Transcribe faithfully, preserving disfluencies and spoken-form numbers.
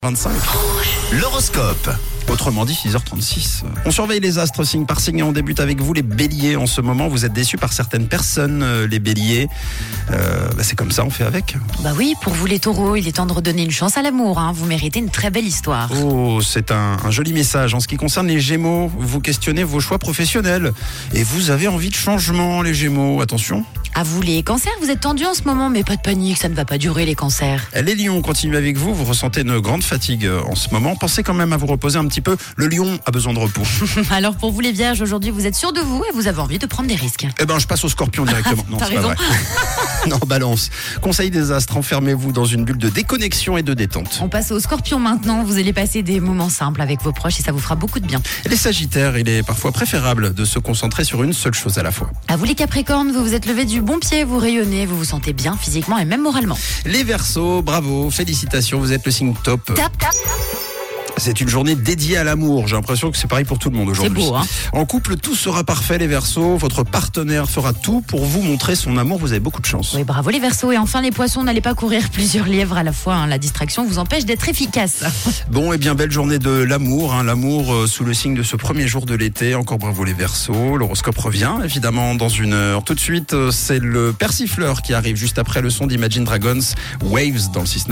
vingt-cinq. L'horoscope. Autrement dit, six heures trente-six. On surveille les astres signe par signe et on débute avec vous les béliers. En ce moment, vous êtes déçus par certaines personnes, euh, les béliers. Euh, bah c'est comme ça, on fait avec. Bah oui, pour vous les taureaux, il est temps de redonner une chance à l'amour. Hein. Vous méritez une très belle histoire. Oh, c'est un, un joli message. En ce qui concerne les gémeaux, vous questionnez vos choix professionnels. Et vous avez envie de changement, les gémeaux. Attention. À vous les cancers, vous êtes tendus en ce moment, mais pas de panique, ça ne va pas durer les cancers. Les lions, on continue avec vous. Vous ressentez une grande fatigue en ce moment. Pensez quand même à vous reposer un petit peu. Le lion a besoin de repos. Alors pour vous les vierges, aujourd'hui vous êtes sûrs de vous et vous avez envie de prendre des risques. Eh ben, je passe au scorpion directement. Non, T'as c'est pas raison. vrai. Non, balance. Conseil des astres, enfermez-vous dans une bulle de déconnexion et de détente. On passe au scorpion maintenant, vous allez passer des moments simples avec vos proches et ça vous fera beaucoup de bien. Les sagittaires, il est parfois préférable de se concentrer sur une seule chose à la fois. À vous les capricornes, vous vous êtes levé du bon pied, vous rayonnez, vous vous sentez bien physiquement et même moralement. Les verseaux, bravo, félicitations, vous êtes le signe top. Tap, tap. C'est une journée dédiée à l'amour. J'ai l'impression que c'est pareil pour tout le monde aujourd'hui. C'est beau, hein. En couple, tout sera parfait, les verseaux. Votre partenaire fera tout pour vous montrer son amour. Vous avez beaucoup de chance. Oui, bravo les verseaux. Et enfin les poissons, n'allez pas courir plusieurs lièvres à la fois. Hein. La distraction vous empêche d'être efficace. Bon, et bien belle journée de l'amour. Hein. L'amour euh, sous le signe de ce premier jour de l'été. Encore bravo les verseaux. L'horoscope revient évidemment dans une heure. Tout de suite, euh, c'est le persifleur qui arrive juste après le son d'Imagine Dragons, Waves dans le six neuf.